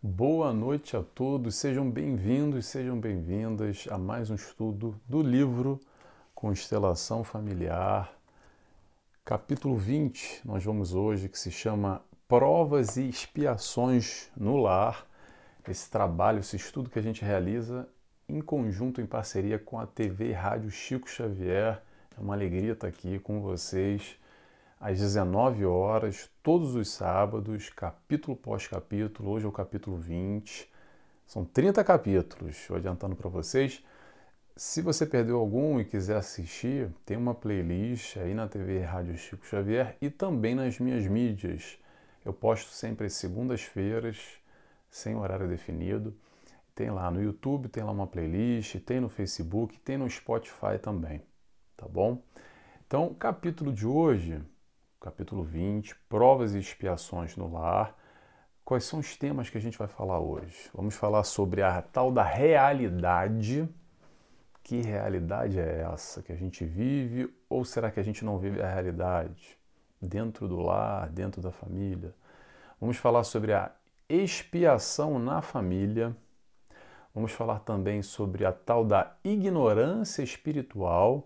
Boa noite a todos, sejam bem-vindos, sejam bem-vindas a mais um estudo do livro Constelação Familiar, capítulo 20. Nós vamos hoje, que se chama Provas e Expiações no Lar. Esse trabalho, esse estudo que a gente realiza em conjunto, em parceria com a TV e Rádio Chico Xavier. É uma alegria estar aqui com vocês às 19 horas, todos os sábados, capítulo pós capítulo. Hoje é o capítulo 20. São 30 capítulos, estou adiantando para vocês. Se você perdeu algum e quiser assistir, tem uma playlist aí na TV Rádio Chico Xavier e também nas minhas mídias. Eu posto sempre às segundas-feiras, sem horário definido. Tem lá no YouTube, tem lá uma playlist, tem no Facebook, tem no Spotify também, tá bom? Então, o capítulo de hoje, capítulo 20, Provas e Expiações no Lar. Quais são os temas que a gente vai falar hoje? Vamos falar sobre a tal da realidade. Que realidade é essa que a gente vive? Ou será que a gente não vive a realidade? Dentro do lar, dentro da família. Vamos falar sobre a expiação na família. Vamos falar também sobre a tal da ignorância espiritual.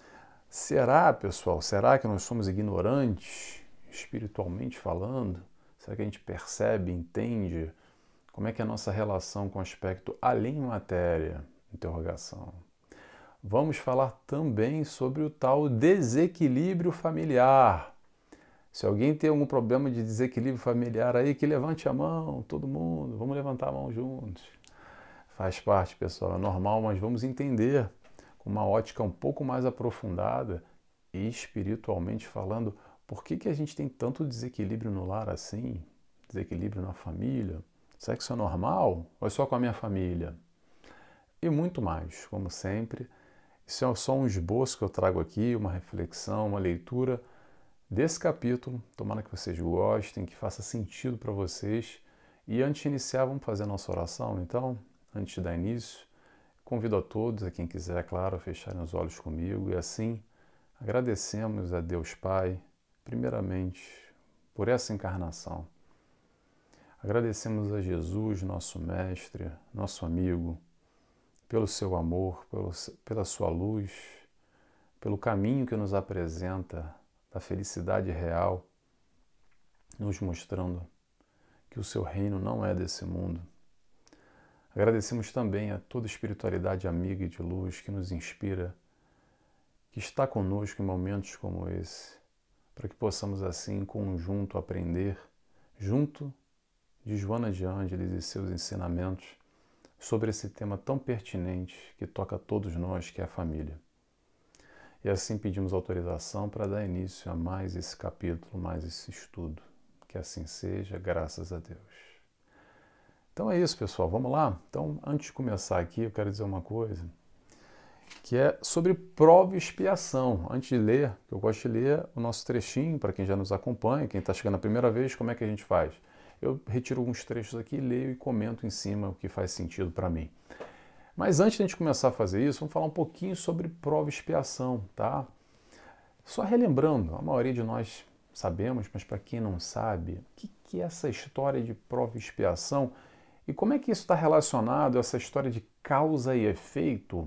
Será, pessoal, será que nós somos ignorantes, espiritualmente falando? Será que a gente percebe, entende? Como é que é a nossa relação com o aspecto além matéria? Interrogação. Vamos falar também sobre o tal desequilíbrio familiar. Se alguém tem algum problema de desequilíbrio familiar aí, que levante a mão, todo mundo, vamos levantar a mão juntos. Faz parte, pessoal, é normal, mas vamos entender com uma ótica um pouco mais aprofundada e espiritualmente falando, por que a gente tem tanto desequilíbrio no lar assim? Desequilíbrio na família? Será que isso é normal? Ou é só com a minha família? E muito mais, como sempre. Isso é só um esboço que eu trago aqui, uma reflexão, uma leitura desse capítulo. Tomara que vocês gostem, que faça sentido para vocês. E antes de iniciar, vamos fazer a nossa oração, então? Antes de dar início, convido a todos, a quem quiser, é claro, a fecharem os olhos comigo e assim agradecemos a Deus Pai, primeiramente, por essa encarnação. Agradecemos a Jesus, nosso Mestre, nosso amigo, pelo seu amor, pela sua luz, pelo caminho que nos apresenta da felicidade real, nos mostrando que o seu reino não é desse mundo. Agradecemos também a toda espiritualidade amiga e de luz que nos inspira, que está conosco em momentos como esse, para que possamos assim em conjunto aprender, junto de Joana de Ângeles e seus ensinamentos, sobre esse tema tão pertinente que toca a todos nós, que é a família. E assim pedimos autorização para dar início a mais esse capítulo, mais esse estudo. Que assim seja, graças a Deus. Então é isso, pessoal, vamos lá? Então, antes de começar aqui, eu quero dizer uma coisa, que é sobre prova e expiação. Antes de ler, eu gosto de ler o nosso trechinho, para quem já nos acompanha, quem está chegando a primeira vez, como é que a gente faz? Eu retiro alguns trechos aqui, leio e comento em cima o que faz sentido para mim. Mas antes de a gente começar a fazer isso, vamos falar um pouquinho sobre prova e expiação, tá? Só relembrando, a maioria de nós sabemos, mas para quem não sabe, o que é essa história de prova e expiação? E como é que isso está relacionado a essa história de causa e efeito?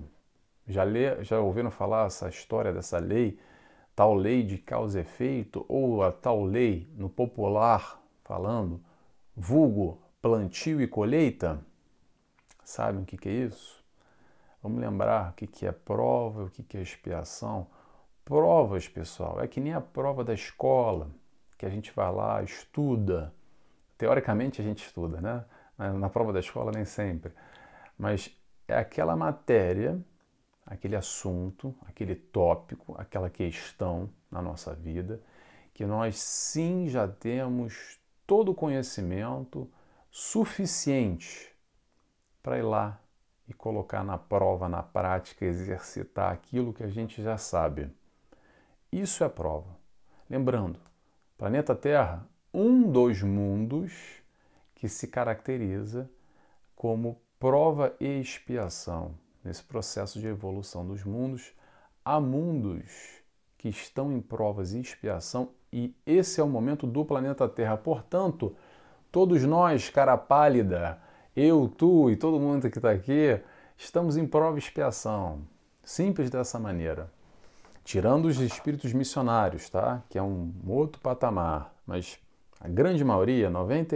Já ouviram falar essa história dessa lei, tal lei de causa e efeito, ou a tal lei, no popular falando, vulgo plantio e colheita? Sabem o que é isso? Vamos lembrar o que é prova, o que é expiação. Provas, pessoal, é que nem a prova da escola, que a gente vai lá, estuda. Teoricamente a gente estuda, né? Na prova da escola nem sempre. Mas é aquela matéria, aquele assunto, aquele tópico, aquela questão na nossa vida, que nós sim já temos todo o conhecimento suficiente para ir lá e colocar na prova, na prática, exercitar aquilo que a gente já sabe. Isso é prova. Lembrando, planeta Terra, um dos mundos que se caracteriza como prova e expiação. Nesse processo de evolução dos mundos, há mundos que estão em provas e expiação e esse é o momento do planeta Terra. Portanto, Todos nós, cara pálida, eu, tu e todo mundo que está aqui, estamos em prova e expiação. Simples dessa maneira. Tirando os espíritos missionários, tá? Que é um outro patamar, mas a grande maioria,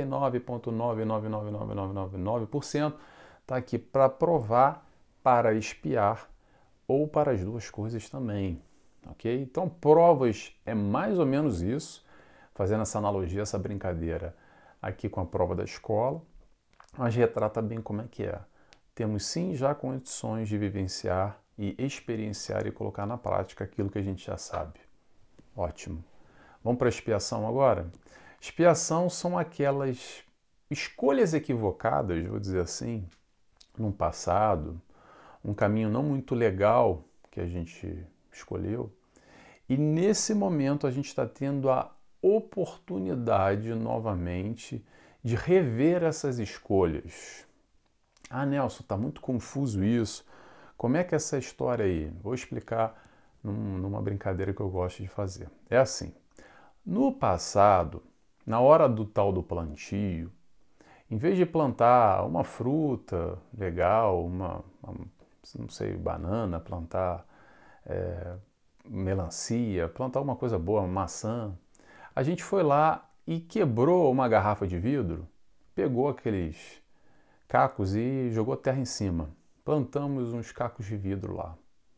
99,999999%, está aqui para provar, para expiar ou para as duas coisas também, ok? Então, provas é mais ou menos isso, fazendo essa analogia, essa brincadeira aqui com a prova da escola, mas retrata bem como é que é. Temos sim já condições de vivenciar e experienciar e colocar na prática aquilo que a gente já sabe. Ótimo. Vamos para a expiação agora? Expiação são aquelas escolhas equivocadas, vou dizer assim, num passado, um caminho não muito legal que a gente escolheu, e nesse momento a gente está tendo a oportunidade novamente de rever essas escolhas. Ah, Nelson, está muito confuso isso. Como é que é essa história aí? Vou explicar numa brincadeira que eu gosto de fazer. É assim, no passado, na hora do tal do plantio, em vez de plantar uma fruta legal, não sei, banana, plantar melancia, plantar uma coisa boa, uma maçã, a gente foi lá e quebrou uma garrafa de vidro, pegou aqueles cacos e jogou terra em cima. Plantamos uns cacos de vidro lá.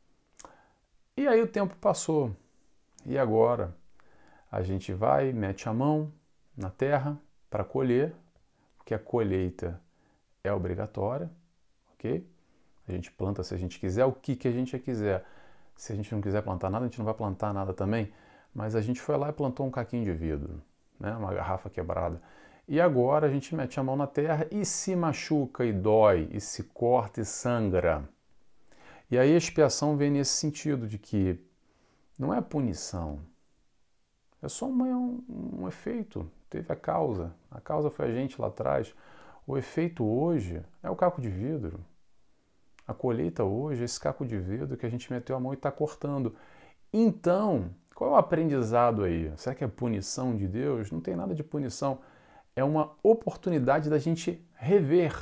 E aí o tempo passou. E agora? A gente vai, mete a mão na terra para colher, porque a colheita é obrigatória, ok? A gente planta se a gente quiser, o que a gente quiser. Se a gente não quiser plantar nada, a gente não vai plantar nada também. Mas a gente foi lá e plantou um caquinho de vidro, né? Uma garrafa quebrada. E agora a gente mete a mão na terra e se machuca e dói, e se corta e sangra. E aí a expiação vem nesse sentido de que não é punição, é só um efeito. Teve a causa foi a gente lá atrás. O efeito hoje é o caco de vidro. A colheita hoje é esse caco de vidro que a gente meteu a mão e está cortando. Então, qual é o aprendizado aí? Será que é punição de Deus? Não tem nada de punição. É uma oportunidade da gente rever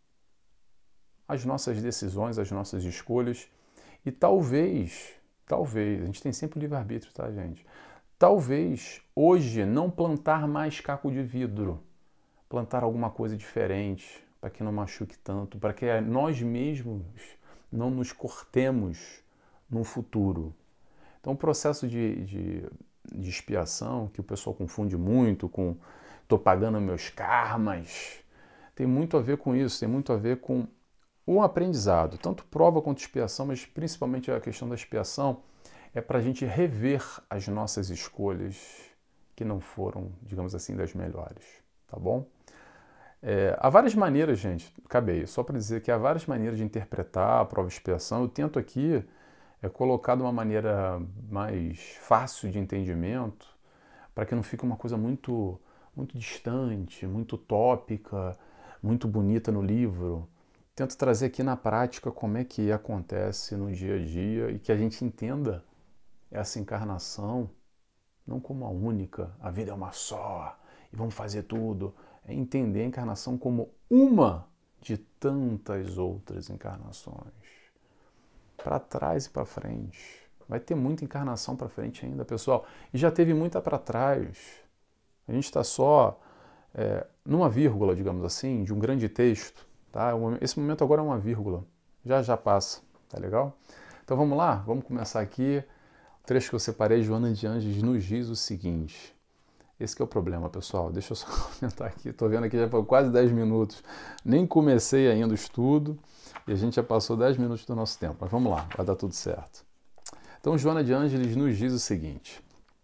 as nossas decisões, as nossas escolhas e talvez, a gente tem sempre o livre-arbítrio, tá, gente? Talvez hoje não plantar mais caco de vidro, plantar alguma coisa diferente, para que não machuque tanto, para que nós mesmos não nos cortemos no futuro. Então o processo de expiação, que o pessoal confunde muito com estou pagando meus karmas, tem muito a ver com isso, tem muito a ver com o aprendizado, tanto prova quanto expiação, mas principalmente a questão da expiação é para a gente rever as nossas escolhas que não foram, digamos assim, das melhores, tá bom? Há várias maneiras, gente, acabei, só para dizer que há várias maneiras de interpretar a prova e expiação. Eu tento aqui colocar de uma maneira mais fácil de entendimento, para que não fique uma coisa muito distante, muito utópica, muito bonita no livro. Tento trazer aqui na prática como é que acontece no dia a dia e que a gente entenda essa encarnação não como a única, a vida é uma só e vamos fazer tudo. É entender a encarnação como uma de tantas outras encarnações. Para trás e para frente. Vai ter muita encarnação para frente ainda, pessoal. E já teve muita para trás. A gente está só numa vírgula, digamos assim, de um grande texto. Tá? Esse momento agora é uma vírgula. Já passa. Tá legal? Então vamos lá? Vamos começar aqui. O trecho que eu separei, Joana de Ângeles nos diz o seguinte. Esse que é o problema, pessoal. Deixa eu só comentar aqui. Estou vendo aqui já foi quase 10 minutos. Nem comecei ainda o estudo e a gente já passou 10 minutos do nosso tempo. Mas vamos lá, vai dar tudo certo. Então, Joana de Ângeles nos diz o seguinte.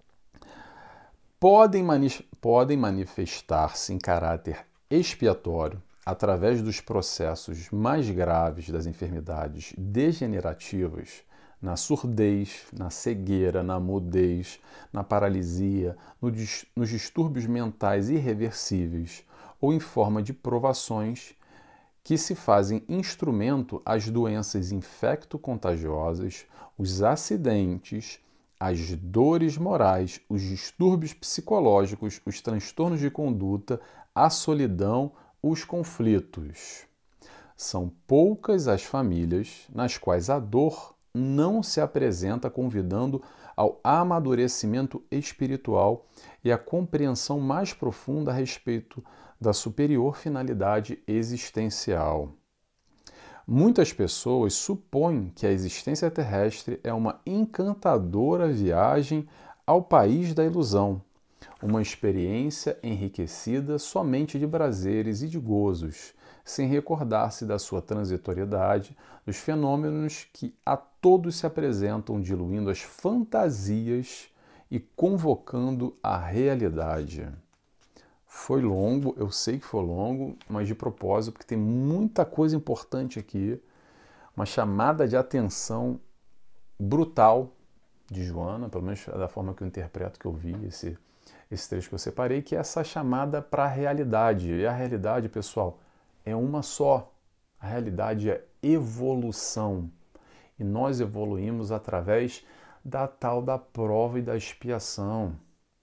Podem manifestar-se em caráter expiatório através dos processos mais graves das enfermidades degenerativas, na surdez, na cegueira, na mudez, na paralisia, nos distúrbios mentais irreversíveis ou em forma de provações que se fazem instrumento às doenças infecto-contagiosas, os acidentes, as dores morais, os distúrbios psicológicos, os transtornos de conduta, a solidão, os conflitos. São poucas as famílias nas quais a dor não se apresenta convidando ao amadurecimento espiritual e à compreensão mais profunda a respeito da superior finalidade existencial. Muitas pessoas supõem que a existência terrestre é uma encantadora viagem ao país da ilusão, uma experiência enriquecida somente de prazeres e de gozos, sem recordar-se da sua transitoriedade, dos fenômenos que a todos se apresentam, diluindo as fantasias e convocando a realidade. Foi longo, eu sei que foi longo, mas de propósito, porque tem muita coisa importante aqui, uma chamada de atenção brutal de Joana, pelo menos da forma que eu interpreto, que eu vi esse trecho que eu separei, que é essa chamada para a realidade. E a realidade, pessoal, é uma só. A realidade é evolução. E nós evoluímos através da tal da prova e da expiação.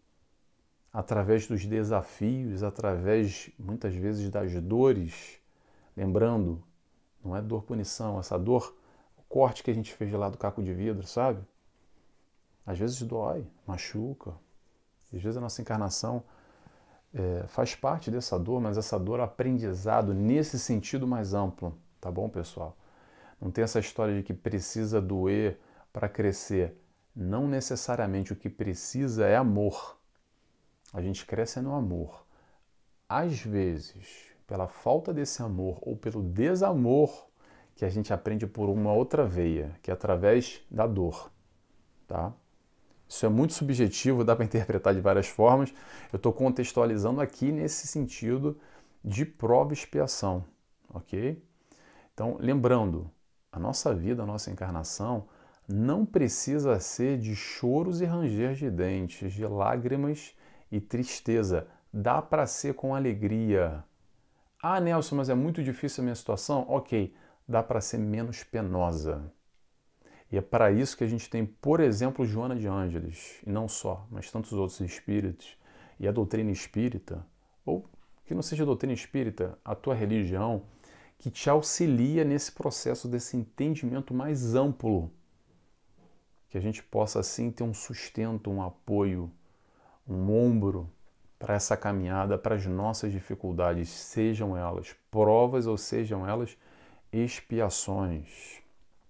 Através dos desafios, através, muitas vezes, das dores. Lembrando, não é dor-punição, essa dor, o corte que a gente fez lá do caco de vidro, sabe? Às vezes dói, machuca. Às vezes a nossa encarnação faz parte dessa dor, mas essa dor é aprendizado nesse sentido mais amplo, tá bom, pessoal? Não tem essa história de que precisa doer para crescer. Não necessariamente, o que precisa é amor. A gente cresce no amor. Às vezes, pela falta desse amor ou pelo desamor, que a gente aprende por uma outra veia, que é através da dor, tá? Isso é muito subjetivo, dá para interpretar de várias formas. Eu estou contextualizando aqui nesse sentido de prova e expiação, ok? Então, lembrando, a nossa vida, a nossa encarnação, não precisa ser de choros e ranger de dentes, de lágrimas e tristeza. Dá para ser com alegria. Ah, Nelson, mas é muito difícil a minha situação? Ok, dá para ser menos penosa. E é para isso que a gente tem, por exemplo, Joana de Ângeles, e não só, mas tantos outros espíritos, e a doutrina espírita, ou que não seja a doutrina espírita, a tua religião, que te auxilia nesse processo desse entendimento mais amplo, que a gente possa assim ter um sustento, um apoio, um ombro para essa caminhada, para as nossas dificuldades, sejam elas provas ou sejam elas expiações.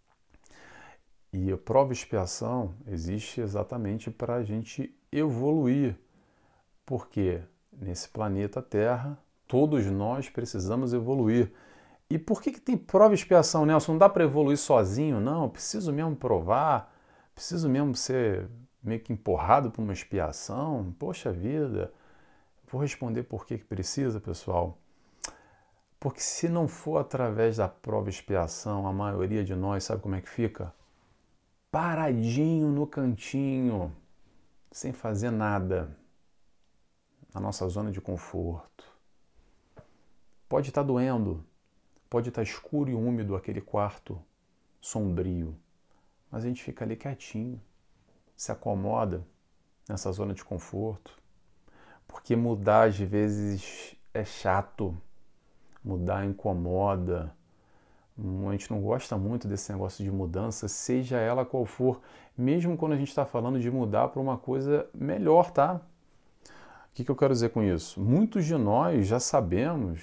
E a prova e expiação existe exatamente para a gente evoluir, porque nesse planeta Terra todos nós precisamos evoluir. E por que tem prova e expiação, Nelson? Não dá para evoluir sozinho, não. Eu preciso mesmo provar, preciso mesmo ser meio que empurrado por uma expiação. Poxa vida, vou responder por que precisa, pessoal. Porque se não for através da prova e expiação, a maioria de nós sabe como é que fica? Paradinho no cantinho, sem fazer nada, na nossa zona de conforto. Pode estar doendo, pode estar escuro e úmido aquele quarto sombrio, mas a gente fica ali quietinho, se acomoda nessa zona de conforto, porque mudar às vezes é chato, mudar incomoda. A gente não gosta muito desse negócio de mudança, seja ela qual for, mesmo quando a gente está falando de mudar para uma coisa melhor, tá? O que eu quero dizer com isso? Muitos de nós já sabemos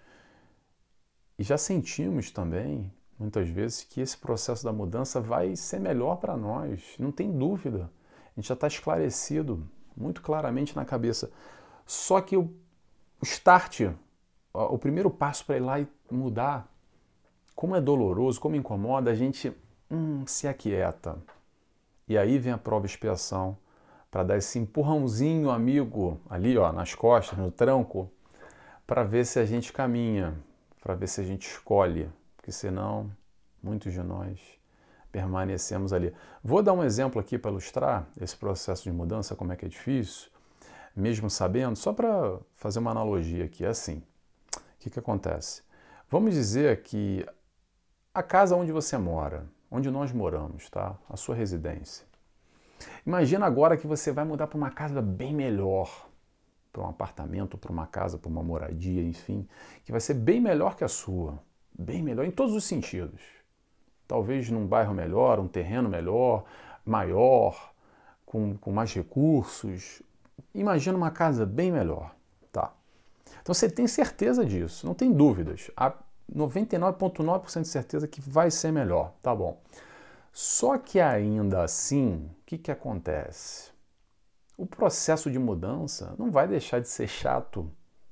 e já sentimos também, muitas vezes, que esse processo da mudança vai ser melhor para nós, não tem dúvida. A gente já está esclarecido muito claramente na cabeça. Só que o start, o primeiro passo para ir lá e mudar, como é doloroso, como incomoda, a gente se aquieta. E aí vem a prova e expiação para dar esse empurrãozinho amigo ali, ó, nas costas, no tranco, para ver se a gente caminha, para ver se a gente escolhe, porque senão muitos de nós permanecemos ali. Vou dar um exemplo aqui para ilustrar esse processo de mudança, como é que é difícil, mesmo sabendo, só para fazer uma analogia aqui, é assim. O que acontece? Vamos dizer que a casa onde você mora, onde nós moramos, tá? A sua residência. Imagina agora que você vai mudar para uma casa bem melhor, para um apartamento, para uma casa, para uma moradia, enfim, que vai ser bem melhor que a sua. Bem melhor em todos os sentidos. Talvez num bairro melhor, um terreno melhor, maior, com mais recursos. Imagina uma casa bem melhor, tá? Então você tem certeza disso, não tem dúvidas. Há 99,9% de certeza que vai ser melhor, tá bom. Só que ainda assim, o que acontece? O processo de mudança não vai deixar de ser chato.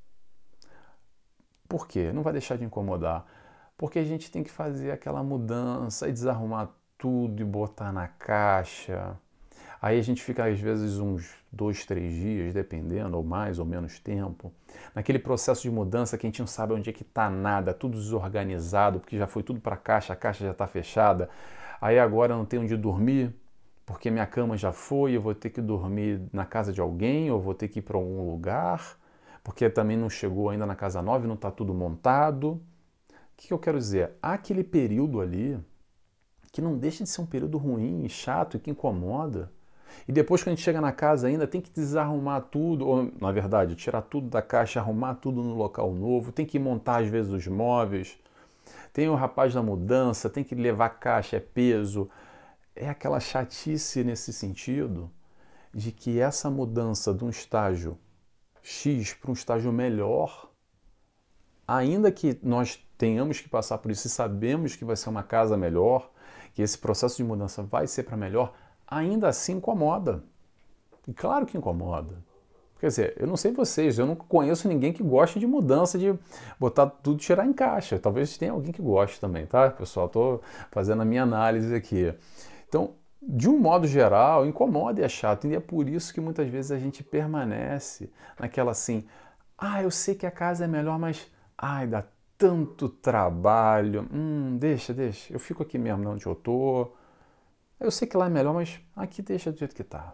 Por quê? Não vai deixar de incomodar. Porque a gente tem que fazer aquela mudança e desarrumar tudo e botar na caixa. Aí a gente fica às vezes uns 2, 3 dias, dependendo, ou mais ou menos tempo, naquele processo de mudança que a gente não sabe onde é que está nada, tudo desorganizado, porque já foi tudo para a caixa já está fechada. Aí agora eu não tenho onde dormir, porque minha cama já foi, eu vou ter que dormir na casa de alguém, ou vou ter que ir para algum lugar, porque também não chegou ainda na casa nova e não está tudo montado. O que eu quero dizer? Há aquele período ali que não deixa de ser um período ruim e chato e que incomoda. E depois que a gente chega na casa ainda tem que desarrumar tudo, ou na verdade tirar tudo da caixa, arrumar tudo no local novo, tem que montar às vezes os móveis, tem o rapaz da mudança, tem que levar caixa, é peso. É aquela chatice nesse sentido de que essa mudança de um estágio X para um estágio melhor, ainda que nós tenhamos que passar por isso e sabemos que vai ser uma casa melhor, que esse processo de mudança vai ser para melhor, ainda assim incomoda. E claro que incomoda. Quer dizer, eu não sei vocês, eu não conheço ninguém que goste de mudança, de botar tudo, tirar em caixa. Talvez tenha alguém que goste também, tá, pessoal? Estou fazendo a minha análise aqui. Então, de um modo geral, incomoda e é chato. E é por isso que muitas vezes a gente permanece naquela assim, eu sei que a casa é melhor, mas, dá tanto trabalho. Deixa, eu fico aqui mesmo onde eu tô. Eu sei que lá é melhor, mas aqui deixa do jeito que tá.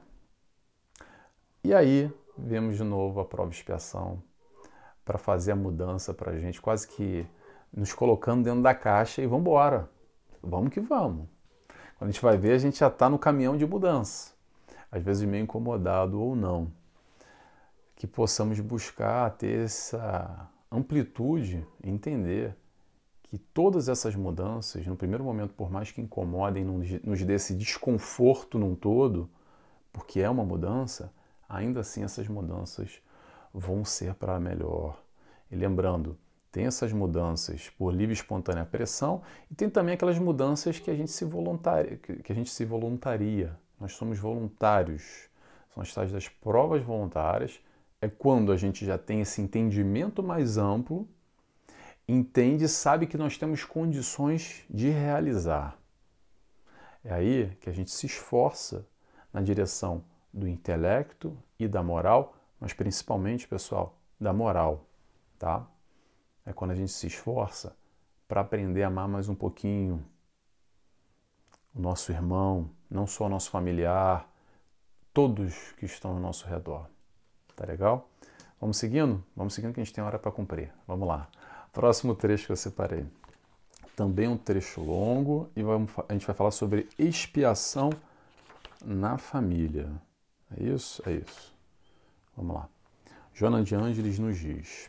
E aí, vemos de novo a prova e expiação para fazer a mudança para a gente, quase que nos colocando dentro da caixa e vamos embora. Vamos que vamos. Quando a gente vai ver, a gente já está no caminhão de mudança. Às vezes meio incomodado ou não. Que possamos buscar ter essa amplitude e entender que todas essas mudanças, no primeiro momento, por mais que incomodem, nos dê esse desconforto num todo, porque é uma mudança, ainda assim essas mudanças vão ser para melhor. E lembrando, tem essas mudanças por livre e espontânea pressão e tem também aquelas mudanças que a gente se voluntaria. Nós somos voluntários. São as tais das provas voluntárias. É quando a gente já tem esse entendimento mais amplo, entende e sabe que nós temos condições de realizar. É aí que a gente se esforça na direção do intelecto e da moral, mas principalmente, pessoal, da moral, tá? É quando a gente se esforça para aprender a amar mais um pouquinho o nosso irmão, não só o nosso familiar, todos que estão ao nosso redor. Tá legal? Vamos seguindo? Vamos seguindo que a gente tem hora para cumprir. Vamos lá. Próximo trecho que eu separei. Também um trecho longo e a gente vai falar sobre expiação na família. É isso? É isso. Vamos lá. Joana de Ângeles nos diz: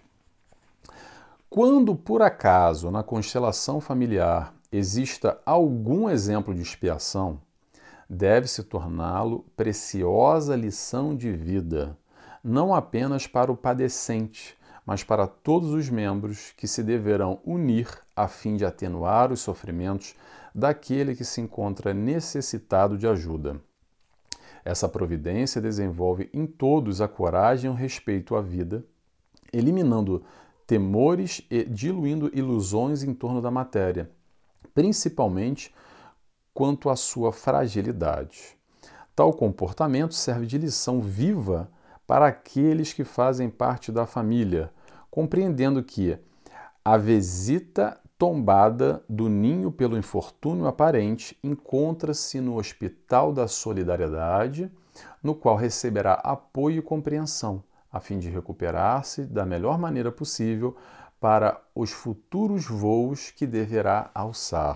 quando por acaso na constelação familiar exista algum exemplo de expiação, deve-se torná-lo preciosa lição de vida, não apenas para o padecente, mas para todos os membros que se deverão unir a fim de atenuar os sofrimentos daquele que se encontra necessitado de ajuda. Essa providência desenvolve em todos a coragem e o respeito à vida, eliminando temores e diluindo ilusões em torno da matéria, principalmente quanto à sua fragilidade. Tal comportamento serve de lição viva para aqueles que fazem parte da família, compreendendo que a visita tombada do ninho pelo infortúnio aparente encontra-se no hospital da solidariedade, no qual receberá apoio e compreensão, a fim de recuperar-se da melhor maneira possível para os futuros voos que deverá alçar.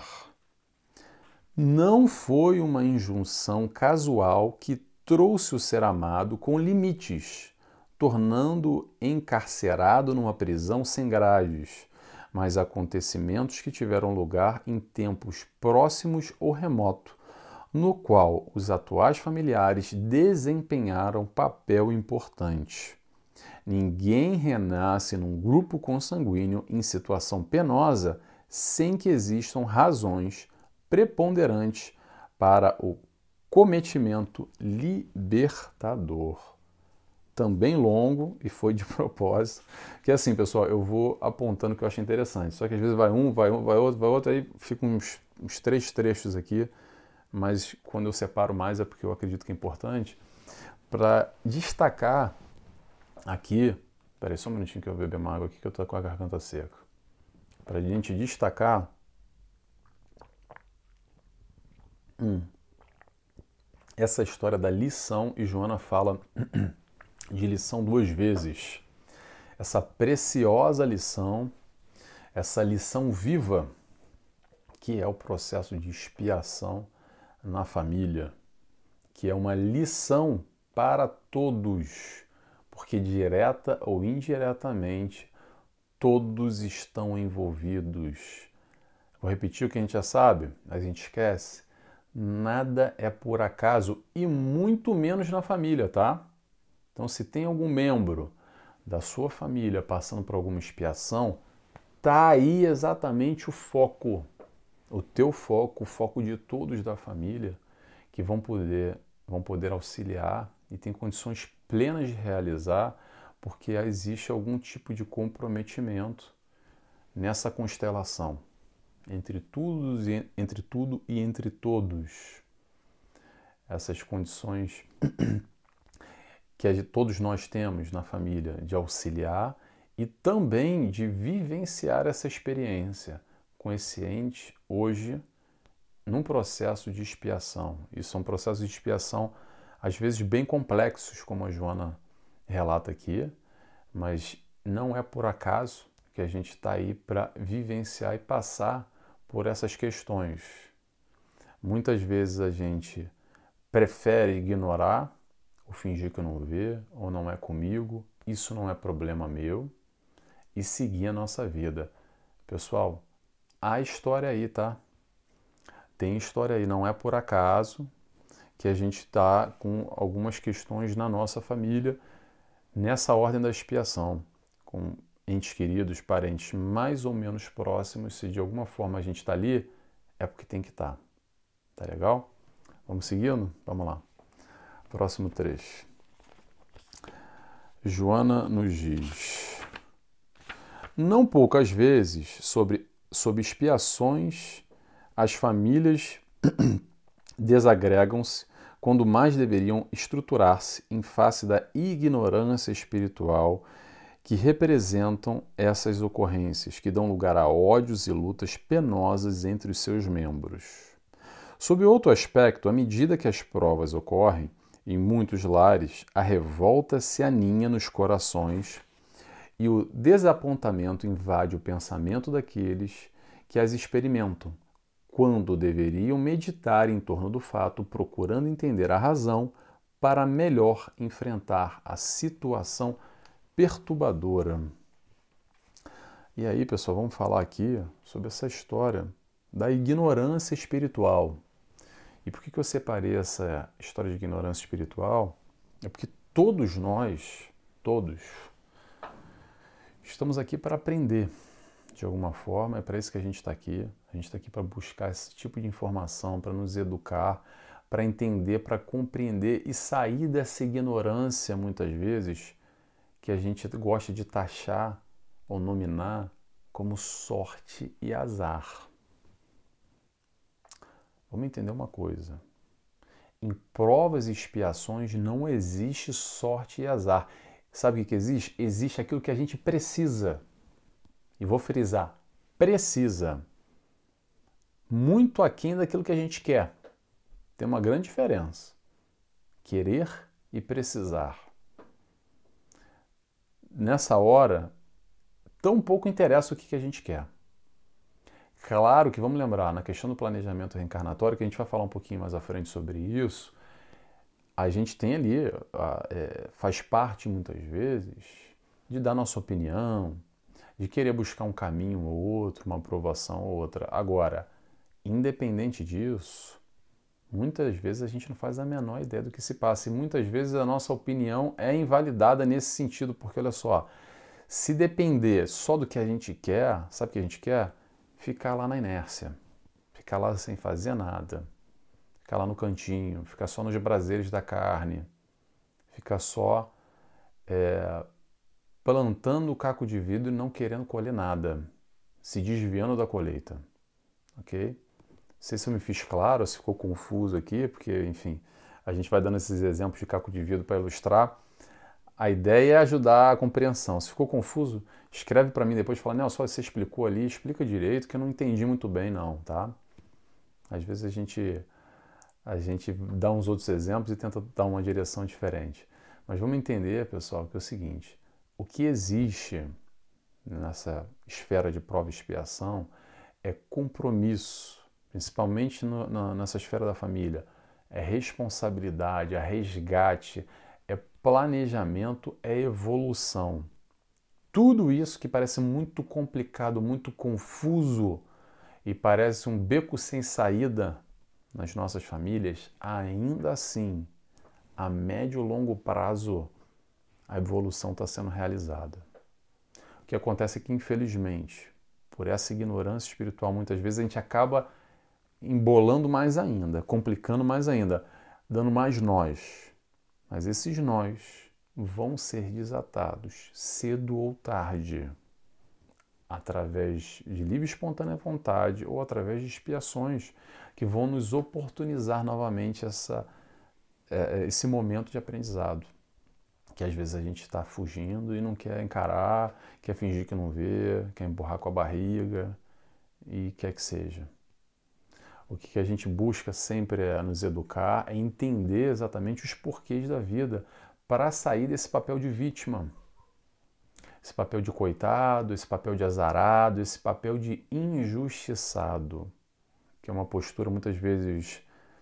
Não foi uma injunção casual que trouxe o ser amado com limites, tornando-o encarcerado numa prisão sem grades, mas acontecimentos que tiveram lugar em tempos próximos ou remoto, no qual os atuais familiares desempenharam papel importante. Ninguém renasce num grupo consanguíneo em situação penosa sem que existam razões preponderantes para o cometimento libertador. Também longo, e foi de propósito, que assim, pessoal, eu vou apontando o que eu acho interessante, só que às vezes vai outro, aí ficam uns 3 trechos aqui, mas quando eu separo mais é porque eu acredito que é importante, para destacar aqui, peraí só um minutinho que eu vou beber uma água aqui que eu tô com a garganta seca, para a gente destacar essa história da lição, e Joana fala de lição 2 vezes, essa preciosa lição, essa lição viva, que é o processo de expiação na família, que é uma lição para todos, porque direta ou indiretamente todos estão envolvidos. Vou repetir o que a gente já sabe, mas a gente esquece. Nada é por acaso e muito menos na família, tá? Então, se tem algum membro da sua família passando por alguma expiação, tá aí exatamente o foco, o teu foco, o foco de todos da família que vão poder auxiliar e tem condições plenas de realizar, porque existe algum tipo de comprometimento nessa constelação entre tudo e entre todos. Essas condições que todos nós temos na família de auxiliar e também de vivenciar essa experiência com esse ente hoje num processo de expiação. E são processos de expiação às vezes bem complexos, como a Joana relata aqui, mas não é por acaso que a gente está aí para vivenciar e passar por essas questões. Muitas vezes a gente prefere ignorar, ou fingir que não vê, ou não é comigo, isso não é problema meu, e seguir a nossa vida. Pessoal, há história aí, tá? Tem história aí, não é por acaso que a gente está com algumas questões na nossa família nessa ordem da expiação, com entes queridos, parentes mais ou menos próximos. Se de alguma forma a gente está ali, é porque tem que estar. Tá legal? Vamos seguindo? Vamos lá. Próximo trecho. Joana nos diz: não poucas vezes, sob expiações, as famílias desagregam-se quando mais deveriam estruturar-se em face da ignorância espiritual que representam essas ocorrências, que dão lugar a ódios e lutas penosas entre os seus membros. Sob outro aspecto, à medida que as provas ocorrem, em muitos lares, a revolta se aninha nos corações e o desapontamento invade o pensamento daqueles que as experimentam, quando deveriam meditar em torno do fato, procurando entender a razão para melhor enfrentar a situação perturbadora. E aí, pessoal, vamos falar aqui sobre essa história da ignorância espiritual. E por que eu separei essa história de ignorância espiritual? É porque todos nós, estamos aqui para aprender. De alguma forma, é para isso que a gente está aqui. A gente está aqui para buscar esse tipo de informação, para nos educar, para entender, para compreender e sair dessa ignorância, muitas vezes, que a gente gosta de taxar ou nominar como sorte e azar. Vamos entender uma coisa. Em provas e expiações não existe sorte e azar. Sabe o que existe? Existe aquilo que a gente precisa. E vou frisar, precisa. Muito aquém daquilo que a gente quer. Tem uma grande diferença. Querer e precisar. Nessa hora, tão pouco interessa o que a gente quer. Claro que, vamos lembrar, na questão do planejamento reencarnatório, que a gente vai falar um pouquinho mais à frente sobre isso, a gente tem ali, faz parte muitas vezes de dar nossa opinião, de querer buscar um caminho ou outro, uma aprovação ou outra. Agora, independente disso, muitas vezes a gente não faz a menor ideia do que se passa e muitas vezes a nossa opinião é invalidada nesse sentido, porque olha só, se depender só do que a gente quer, sabe o que a gente quer? Ficar lá na inércia, ficar lá sem fazer nada, ficar lá no cantinho, ficar só nos prazeres da carne, ficar só plantando o caco de vidro e não querendo colher nada, se desviando da colheita, ok? Não sei se eu me fiz claro, se ficou confuso aqui, porque, enfim, a gente vai dando esses exemplos de caco de vidro para ilustrar. A ideia é ajudar a compreensão. Se ficou confuso, escreve para mim depois e fala, não, só você explicou ali, explica direito, que eu não entendi muito bem não, tá? Às vezes a gente dá uns outros exemplos e tenta dar uma direção diferente. Mas vamos entender, pessoal, que é o seguinte, o que existe nessa esfera de prova e expiação é compromisso, principalmente nessa esfera da família, é responsabilidade, é resgate, é planejamento, é evolução. Tudo isso que parece muito complicado, muito confuso e parece um beco sem saída nas nossas famílias, ainda assim, a médio e longo prazo, a evolução está sendo realizada. O que acontece é que, infelizmente, por essa ignorância espiritual, muitas vezes a gente acaba embolando mais ainda, complicando mais ainda, dando mais nós. Mas esses nós vão ser desatados cedo ou tarde, através de livre e espontânea vontade ou através de expiações que vão nos oportunizar novamente esse momento de aprendizado. Que às vezes a gente está fugindo e não quer encarar, quer fingir que não vê, quer empurrar com a barriga e quer que seja. O que a gente busca sempre é nos educar, é entender exatamente os porquês da vida para sair desse papel de vítima, esse papel de coitado, esse papel de azarado, esse papel de injustiçado, que é uma postura muitas vezes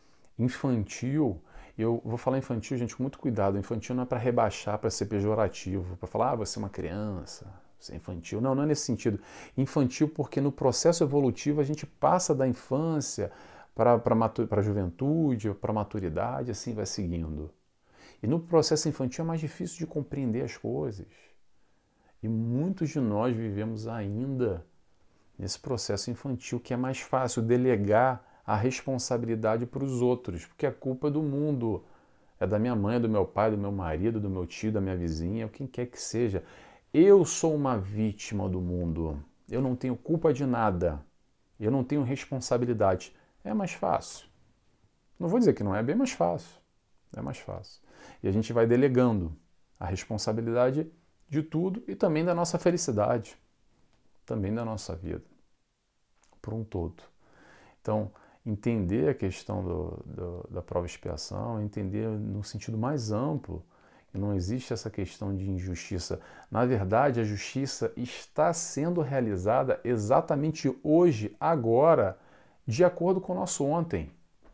infantil. Eu vou falar infantil, gente, com muito cuidado. Infantil não é para rebaixar, para ser pejorativo, para falar, você é uma criança, você é infantil. Não, não é nesse sentido. Infantil porque no processo evolutivo a gente passa da infância para a juventude, para a maturidade, assim vai seguindo. E no processo infantil é mais difícil de compreender as coisas. E muitos de nós vivemos ainda nesse processo infantil, que é mais fácil delegar a responsabilidade para os outros, porque a culpa é do mundo, é da minha mãe, é do meu pai, do meu marido, do meu tio, da minha vizinha, quem quer que seja. Eu sou uma vítima do mundo, eu não tenho culpa de nada, eu não tenho responsabilidade. É mais fácil. Não vou dizer que não é, bem mais fácil. É mais fácil. E a gente vai delegando a responsabilidade de tudo e também da nossa felicidade, também da nossa vida, por um todo. Então, entender a questão da prova e expiação, entender no sentido mais amplo, que não existe essa questão de injustiça. Na verdade, a justiça está sendo realizada exatamente hoje, agora, de acordo com o nosso ontem.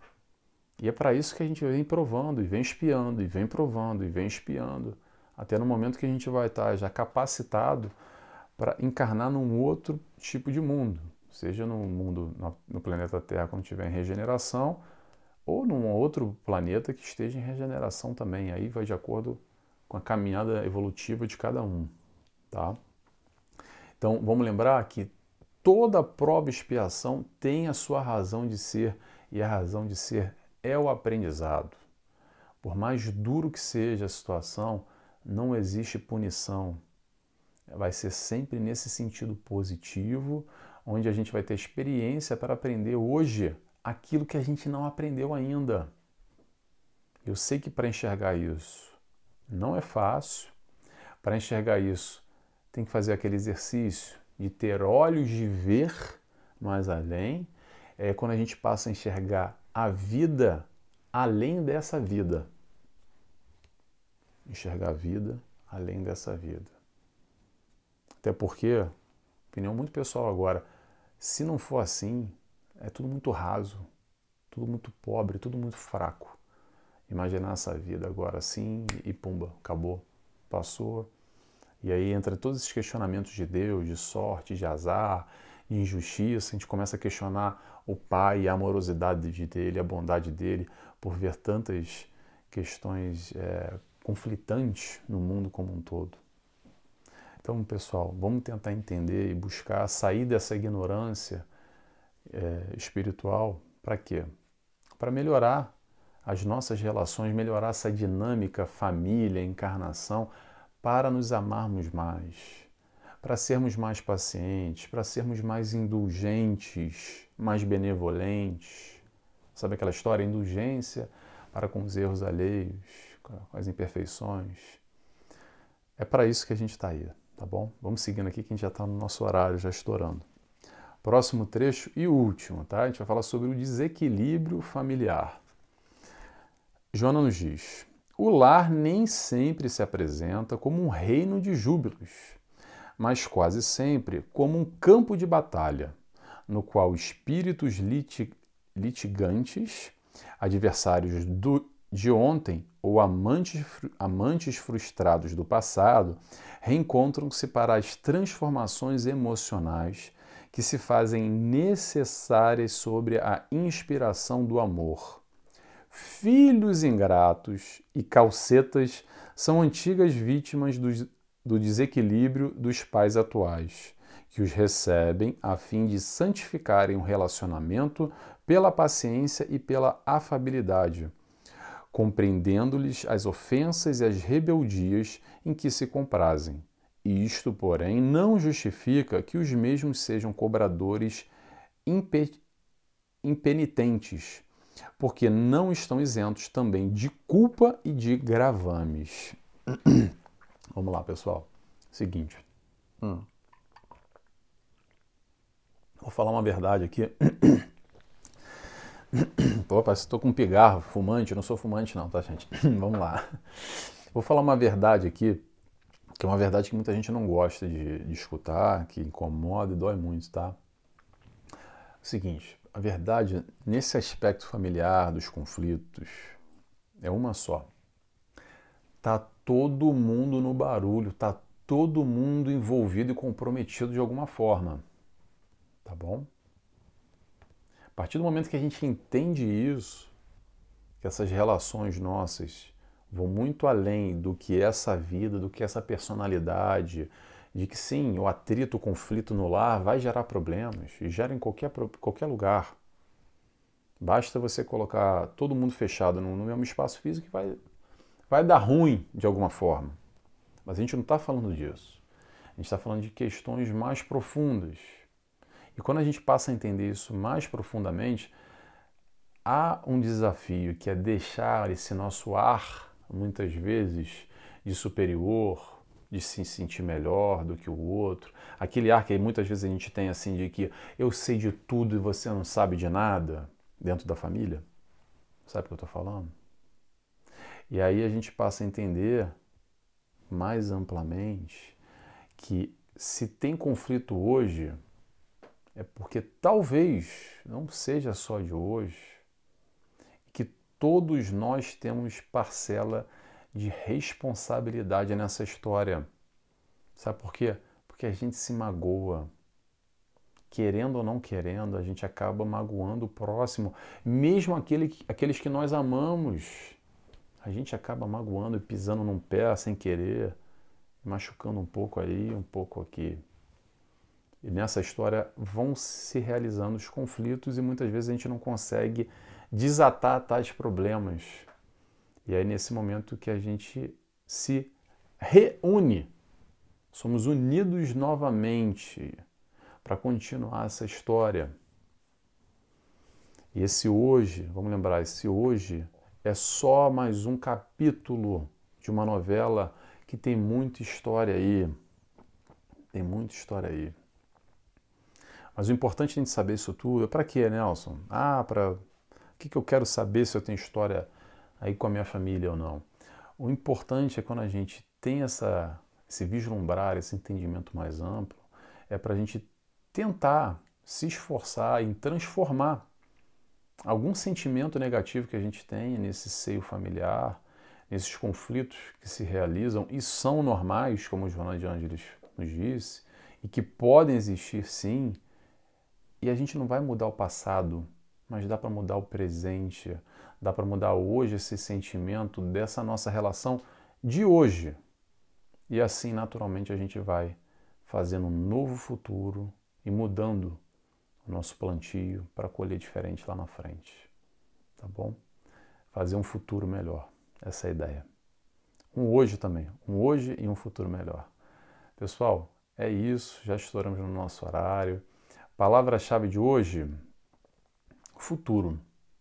E é para isso que a gente vem provando, e vem espiando, e vem provando, e vem espiando, até no momento que a gente vai estar já capacitado para encarnar num outro tipo de mundo, seja no mundo, no planeta Terra, quando estiver em regeneração, ou num outro planeta que esteja em regeneração também. Aí vai de acordo com a caminhada evolutiva de cada um, tá? Então, vamos lembrar que toda prova e expiação tem a sua razão de ser, e a razão de ser é o aprendizado. Por mais duro que seja a situação, não existe punição. Vai ser sempre nesse sentido positivo, onde a gente vai ter experiência para aprender hoje aquilo que a gente não aprendeu ainda. Eu sei que para enxergar isso não é fácil. Para enxergar isso, tem que fazer aquele exercício de ter olhos de ver mais além. É quando a gente passa a enxergar a vida além dessa vida. Enxergar a vida além dessa vida. Até porque, opinião muito pessoal agora, se não for assim, é tudo muito raso, tudo muito pobre, tudo muito fraco. imaginar essa vida agora assim e pumba, acabou, passou. E aí entra todos esses questionamentos de Deus, de sorte, de azar, de injustiça. A gente começa a questionar o Pai, a amorosidade dele, a bondade dele, por ver tantas questões conflitantes no mundo como um todo. Então, pessoal, vamos tentar entender e buscar sair dessa ignorância espiritual. Para quê? Para melhorar as nossas relações, melhorar essa dinâmica, família, encarnação, para nos amarmos mais, para sermos mais pacientes, para sermos mais indulgentes, mais benevolentes. Sabe aquela história? Indulgência para com os erros alheios, com as imperfeições. É para isso que a gente está aí, tá bom? Vamos seguindo aqui que a gente já está no nosso horário, já estourando. Próximo trecho e último, tá? A gente vai falar sobre o desequilíbrio familiar. Joana nos diz: o lar nem sempre se apresenta como um reino de júbilos, mas quase sempre como um campo de batalha, no qual espíritos litigantes, adversários de ontem ou amantes frustrados do passado, reencontram-se para as transformações emocionais que se fazem necessárias sob a inspiração do amor. Filhos ingratos e calcetas são antigas vítimas do desequilíbrio dos pais atuais, que os recebem a fim de santificarem o relacionamento pela paciência e pela afabilidade, compreendendo-lhes as ofensas e as rebeldias em que se comprazem. Isto, porém, não justifica que os mesmos sejam cobradores impenitentes, porque não estão isentos também de culpa e de gravames. Vamos lá, pessoal. Seguinte. Vou falar uma verdade aqui. Opa, estou com um pigarro, fumante. Eu não sou fumante não, tá, gente? Vamos lá. Vou falar uma verdade aqui, que é uma verdade que muita gente não gosta de escutar, que incomoda e dói muito, tá? Seguinte, a verdade nesse aspecto familiar dos conflitos é uma só. Tá todo mundo no barulho, tá todo mundo envolvido e comprometido de alguma forma, tá bom? A partir do momento que a gente entende isso, que essas relações nossas vão muito além do que essa vida, do que essa personalidade, de que sim, o atrito, o conflito no lar vai gerar problemas e gera em qualquer lugar. Basta você colocar todo mundo fechado no mesmo espaço físico que vai dar ruim de alguma forma. Mas a gente não está falando disso. A gente está falando de questões mais profundas. E quando a gente passa a entender isso mais profundamente, há um desafio que é deixar esse nosso ar, muitas vezes, de superior, de se sentir melhor do que o outro. Aquele ar que muitas vezes a gente tem assim de que eu sei de tudo e você não sabe de nada dentro da família. Sabe o que eu estou falando? E aí a gente passa a entender mais amplamente que se tem conflito hoje, é porque talvez não seja só de hoje, que todos nós temos parcela de responsabilidade nessa história. Sabe por quê? Porque a gente se magoa. Querendo ou não querendo, a gente acaba magoando o próximo, mesmo aqueles que nós amamos. A gente acaba magoando e pisando num pé sem querer, machucando um pouco ali, um pouco aqui. E nessa história vão se realizando os conflitos e muitas vezes a gente não consegue desatar tais problemas. E aí nesse momento que a gente se reúne, somos unidos novamente para continuar essa história. E esse hoje, vamos lembrar, esse hoje é só mais um capítulo de uma novela que tem muita história aí. Tem muita história aí. Mas o importante é a gente saber isso tudo é para quê, Nelson? O que eu quero saber se eu tenho história aí com a minha família ou não? O importante é quando a gente tem esse vislumbrar, esse entendimento mais amplo, é para a gente tentar se esforçar em transformar algum sentimento negativo que a gente tenha nesse seio familiar, nesses conflitos que se realizam e são normais, como Joana de Ângeles nos disse, e que podem existir sim, e a gente não vai mudar o passado, mas dá para mudar o presente, dá para mudar hoje esse sentimento dessa nossa relação de hoje. E assim, naturalmente, a gente vai fazendo um novo futuro e mudando o nosso plantio para colher diferente lá na frente. Tá bom? Fazer um futuro melhor. Essa é a ideia. Um hoje também. Um hoje e um futuro melhor. Pessoal, é isso. Já estouramos no nosso horário. Palavra-chave de hoje: futuro.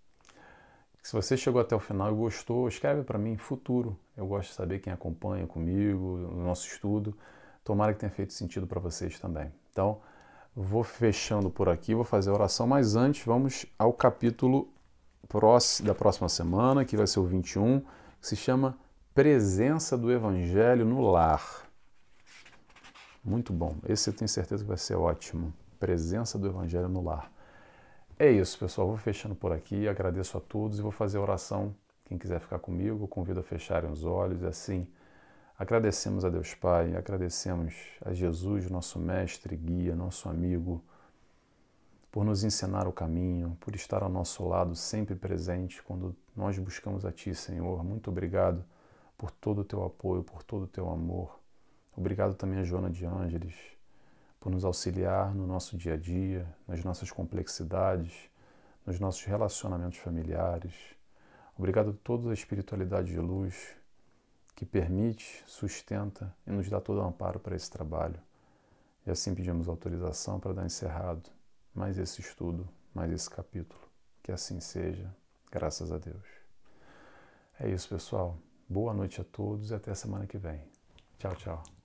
Se você chegou até o final e gostou, escreve para mim futuro. Eu gosto de saber quem acompanha comigo, o nosso estudo. Tomara que tenha feito sentido para vocês também. Então, vou fechando por aqui, vou fazer a oração, mas antes vamos ao capítulo da próxima semana, que vai ser o 21, que se chama Presença do Evangelho no Lar. Muito bom. Esse eu tenho certeza que vai ser ótimo. Presença do Evangelho no Lar. É isso, pessoal. Vou fechando por aqui. Agradeço a todos e vou fazer a oração. Quem quiser ficar comigo, convido a fecharem os olhos. E assim, agradecemos a Deus Pai, agradecemos a Jesus, nosso mestre, guia, nosso amigo, por nos ensinar o caminho, por estar ao nosso lado, sempre presente, quando nós buscamos a Ti, Senhor. Muito obrigado por todo o Teu apoio, por todo o Teu amor. Obrigado também a Joana de Ângeles, por nos auxiliar no nosso dia a dia, nas nossas complexidades, nos nossos relacionamentos familiares. Obrigado a toda a espiritualidade de luz que permite, sustenta e nos dá todo o amparo para esse trabalho. E assim pedimos autorização para dar encerrado mais esse estudo, mais esse capítulo. Que assim seja, graças a Deus. É isso, pessoal. Boa noite a todos e até a semana que vem. Tchau, tchau.